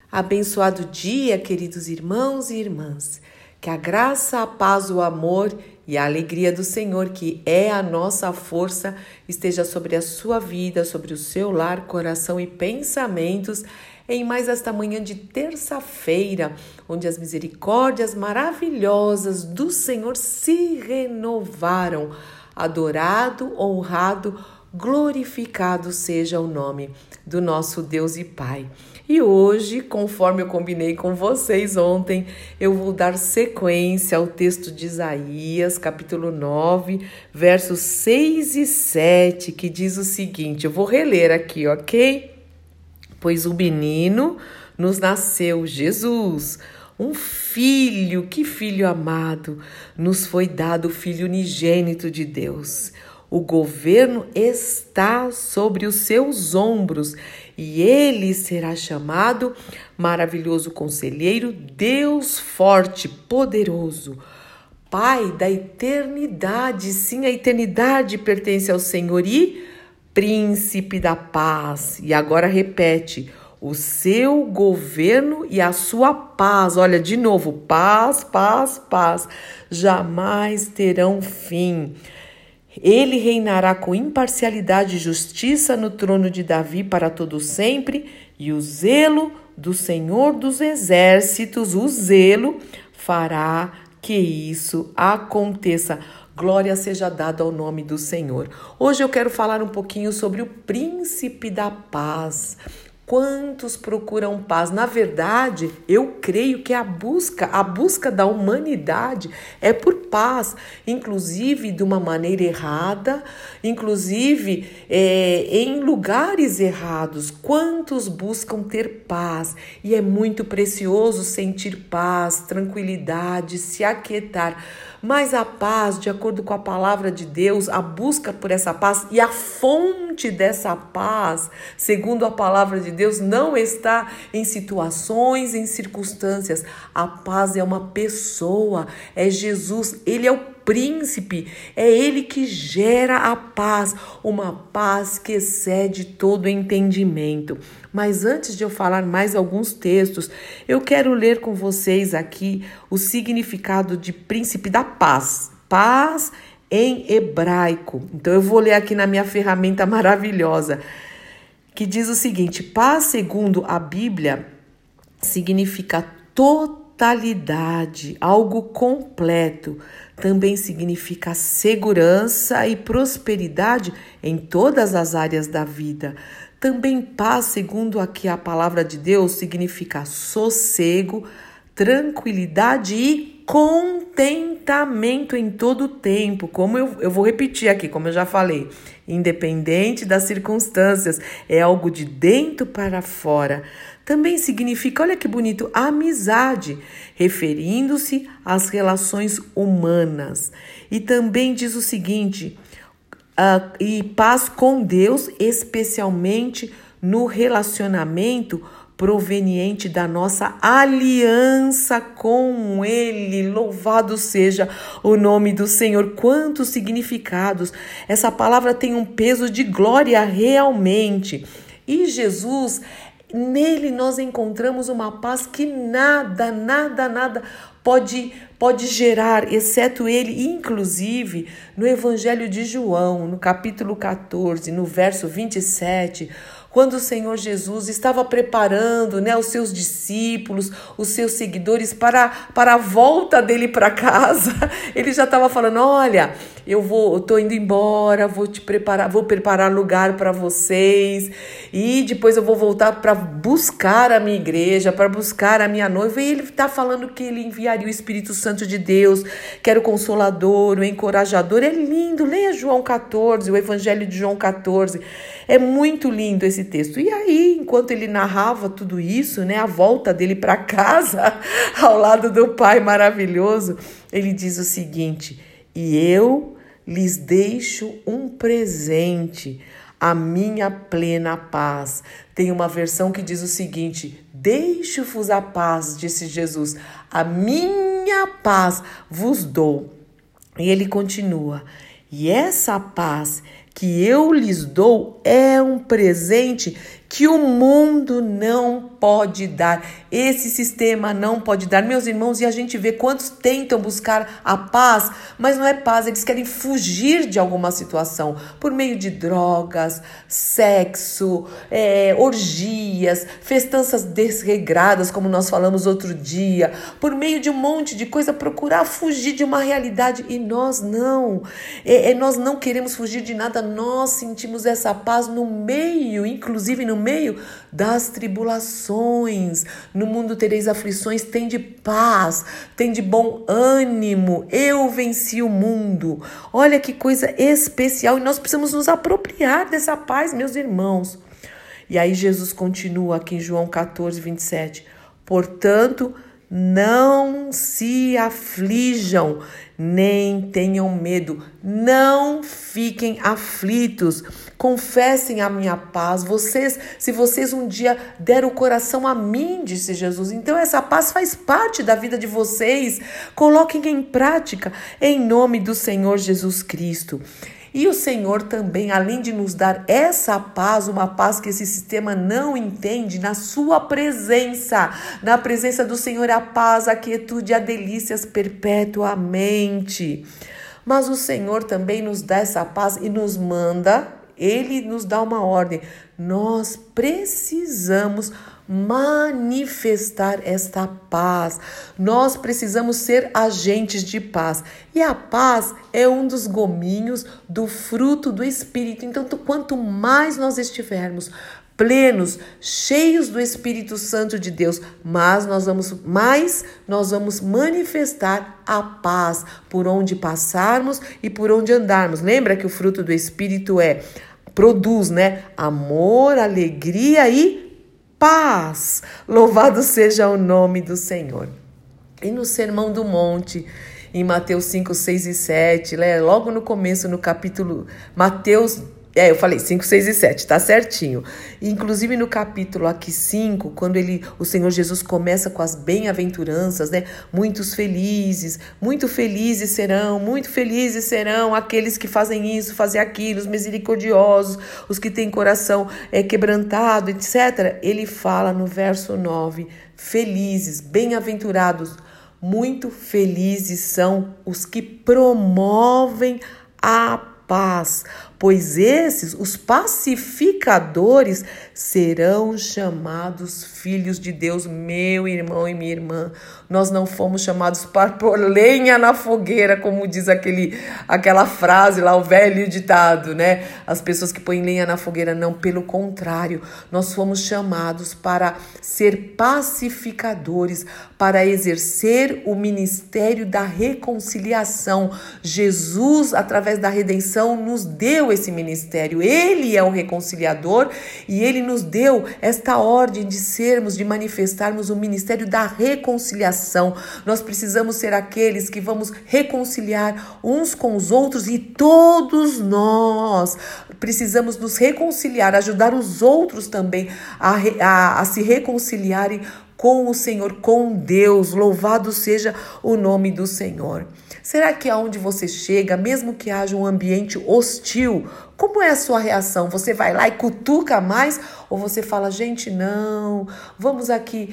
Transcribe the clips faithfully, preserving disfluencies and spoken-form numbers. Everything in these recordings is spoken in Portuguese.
Abençoado dia, queridos irmãos e irmãs. Que a graça, a paz, o amor e a alegria do Senhor, que é a nossa força, esteja sobre a sua vida, sobre o seu lar, coração e pensamentos, em mais esta manhã de terça-feira, onde as misericórdias maravilhosas do Senhor se renovaram. Adorado, honrado, glorificado seja o nome do nosso Deus e Pai. E hoje, conforme eu combinei com vocês ontem, eu vou dar sequência ao texto de Isaías, capítulo nove, versos seis e sete, que diz o seguinte, eu vou reler aqui, ok? Pois o menino nos nasceu, Jesus, um filho, que filho amado, nos foi dado o filho unigênito de Deus. O governo está sobre os seus ombros e ele será chamado Maravilhoso Conselheiro, Deus Forte, Poderoso, Pai da eternidade. Sim, a eternidade pertence ao Senhor e Príncipe da Paz. E agora repete, o seu governo e a sua paz. Olha, de novo, paz, paz, paz, jamais terão fim. Ele reinará com imparcialidade e justiça no trono de Davi para todo sempre, e o zelo do Senhor dos Exércitos, o zelo, fará que isso aconteça. Glória seja dada ao nome do Senhor. Hoje eu quero falar um pouquinho sobre o príncipe da paz. Quantos procuram paz? Na verdade, eu creio que a busca, a busca da humanidade é por paz, inclusive de uma maneira errada, inclusive é, em lugares errados. Quantos buscam ter paz? E é muito precioso sentir paz, tranquilidade, se aquietar. Mas a paz, de acordo com a palavra de Deus, a busca por essa paz e a fonte dessa paz, segundo a palavra de Deus, não está em situações, em circunstâncias. A paz é uma pessoa, é Jesus, ele é o príncipe, é ele que gera a paz, uma paz que excede todo entendimento. Mas antes de eu falar mais alguns textos, eu quero ler com vocês aqui o significado de príncipe da paz. Paz em hebraico. Então eu vou ler aqui na minha ferramenta maravilhosa, que diz o seguinte: paz, segundo a Bíblia, significa totalidade, algo completo. Também significa segurança e prosperidade em todas as áreas da vida. Também paz, segundo aqui a palavra de Deus, significa sossego, tranquilidade e contentamento em todo o tempo. Como eu, eu vou repetir aqui, como eu já falei, independente das circunstâncias, é algo de dentro para fora. Também significa, olha que bonito, amizade, referindo-se às relações humanas. E também diz o seguinte, uh, e paz com Deus, especialmente no relacionamento proveniente da nossa aliança com Ele. Louvado seja o nome do Senhor. Quantos significados! Essa palavra tem um peso de glória realmente. E Jesus, nele nós encontramos uma paz que nada, nada, nada pode, pode gerar, exceto ele. Inclusive, no Evangelho de João, no capítulo catorze, no verso vinte e sete, quando o Senhor Jesus estava preparando, né, os seus discípulos, os seus seguidores para, para a volta dele para casa, ele já estava falando, olha, eu vou, estou indo embora, vou te preparar, vou preparar lugar para vocês e depois eu vou voltar para buscar a minha igreja, para buscar a minha noiva. E ele está falando que ele enviaria o Espírito Santo de Deus, que era o Consolador, o Encorajador. É lindo, leia João catorze, o Evangelho de João catorze. É muito lindo esse texto. E aí, enquanto ele narrava tudo isso, né, a volta dele para casa, ao lado do Pai maravilhoso, ele diz o seguinte: e eu lhes deixo um presente, a minha plena paz. Tem uma versão que diz o seguinte: deixo-vos a paz, disse Jesus, a minha paz vos dou. E ele continua: e essa paz que eu lhes dou é um presente que o mundo não pode dar, esse sistema não pode dar, meus irmãos, e a gente vê quantos tentam buscar a paz, mas não é paz, eles querem fugir de alguma situação, por meio de drogas, sexo, é, orgias, festanças desregradas, como nós falamos outro dia, por meio de um monte de coisa, procurar fugir de uma realidade, e nós não, é, é, nós não queremos fugir de nada, nós sentimos essa paz no meio, inclusive no meio das tribulações. No mundo tereis aflições, tende paz, tende bom ânimo, eu venci o mundo. Olha que coisa especial, e nós precisamos nos apropriar dessa paz, meus irmãos. E aí Jesus continua aqui em João catorze, vinte e sete. Portanto, não se aflijam, nem tenham medo, não fiquem aflitos, confessem a minha paz. Vocês, se vocês um dia deram o coração a mim, disse Jesus, então essa paz faz parte da vida de vocês. Coloquem em prática, em nome do Senhor Jesus Cristo. E o Senhor também, além de nos dar essa paz, uma paz que esse sistema não entende, na sua presença, na presença do Senhor, a paz, a quietude, a delícias perpetuamente. Mas o Senhor também nos dá essa paz e nos manda, Ele nos dá uma ordem. Nós precisamos manifestar esta paz. Nós precisamos ser agentes de paz. E a paz é um dos gominhos do fruto do Espírito. Então, quanto mais nós estivermos plenos, cheios do Espírito Santo de Deus, mas nós vamos, mais nós vamos manifestar a paz por onde passarmos e por onde andarmos. Lembra que o fruto do Espírito é, produz, né? Amor, alegria e paz. Louvado seja o nome do Senhor. E no Sermão do Monte, em Mateus cinco, seis e sete, né? Logo no começo, no capítulo, Mateus, é, eu falei cinco, seis e sete, tá certinho. Inclusive no capítulo aqui cinco, quando ele, o Senhor Jesus começa com as bem-aventuranças, né? Muitos felizes, muito felizes serão, muito felizes serão aqueles que fazem isso, fazem aquilo, os misericordiosos, os que têm coração é, quebrantado, etcétera. Ele fala no verso nove, felizes, bem-aventurados, muito felizes são os que promovem a paz, pois esses, os pacificadores, serão chamados filhos de Deus. Meu irmão e minha irmã, nós não fomos chamados para pôr lenha na fogueira, como diz aquele, aquela frase lá, o velho ditado, né? As pessoas que põem lenha na fogueira, não, pelo contrário, nós fomos chamados para ser pacificadores, para exercer o ministério da reconciliação. Jesus, através da redenção, nos deu esse ministério. Ele é o reconciliador e ele nos deu esta ordem de sermos, de manifestarmos o ministério da reconciliação. Nós precisamos ser aqueles que vamos reconciliar uns com os outros, e todos nós precisamos nos reconciliar, ajudar os outros também a, a, a se reconciliarem com o Senhor, com Deus. Louvado seja o nome do Senhor. Será que aonde você chega, mesmo que haja um ambiente hostil, como é a sua reação? Você vai lá e cutuca mais? Ou você fala, gente, não, vamos aqui,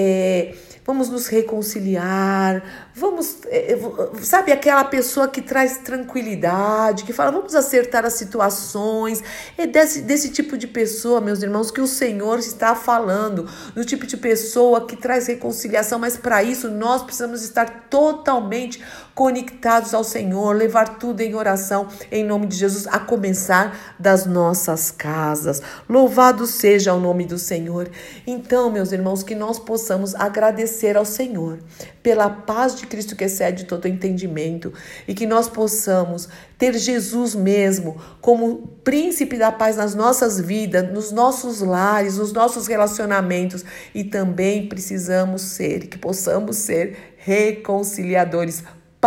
é, vamos nos reconciliar, vamos, é, sabe, aquela pessoa que traz tranquilidade, que fala, vamos acertar as situações. É desse, desse tipo de pessoa, meus irmãos, que o Senhor está falando, do tipo de pessoa que traz reconciliação, mas para isso nós precisamos estar totalmente conectados ao Senhor, levar tudo em oração, em nome de Jesus, a começar das nossas casas. Louvado seja o nome do Senhor. Então, meus irmãos, que nós possamos agradecer ao Senhor pela paz de Cristo que excede todo entendimento, e que nós possamos ter Jesus mesmo como príncipe da paz nas nossas vidas, nos nossos lares, nos nossos relacionamentos, e também precisamos ser, que possamos ser reconciliadores,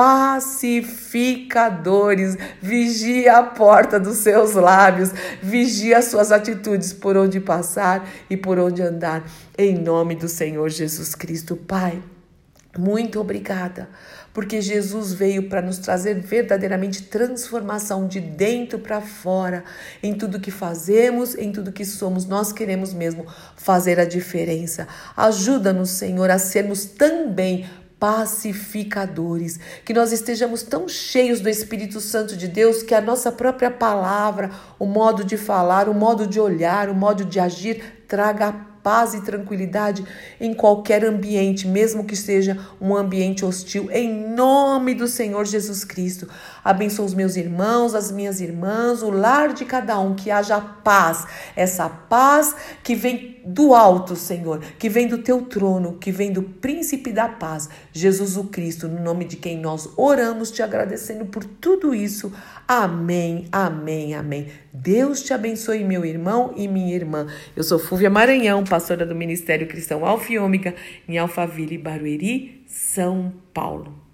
pacificadores. Vigia a porta dos seus lábios, vigia as suas atitudes por onde passar e por onde andar, em nome do Senhor Jesus Cristo. Pai, Muito obrigada, porque Jesus veio para nos trazer verdadeiramente transformação de dentro para fora, em tudo que fazemos, em tudo que somos. Nós queremos mesmo fazer a diferença. Ajuda-nos, Senhor, a sermos também pacificadores, que nós estejamos tão cheios do Espírito Santo de Deus que a nossa própria palavra, o modo de falar, o modo de olhar, o modo de agir, traga paz e tranquilidade em qualquer ambiente, mesmo que seja um ambiente hostil, em nome do Senhor Jesus Cristo. Abençoa os meus irmãos, as minhas irmãs, o lar de cada um, que haja paz, essa paz que vem do alto, Senhor, que vem do teu trono, que vem do príncipe da paz, Jesus o Cristo, no nome de quem nós oramos, te agradecendo por tudo isso. Amém, amém, amém. Deus te abençoe, meu irmão e minha irmã. Eu sou Fúvia Maranhão, pastora do Ministério Cristão Alfa e Ômega, em Alphaville, Barueri, São Paulo.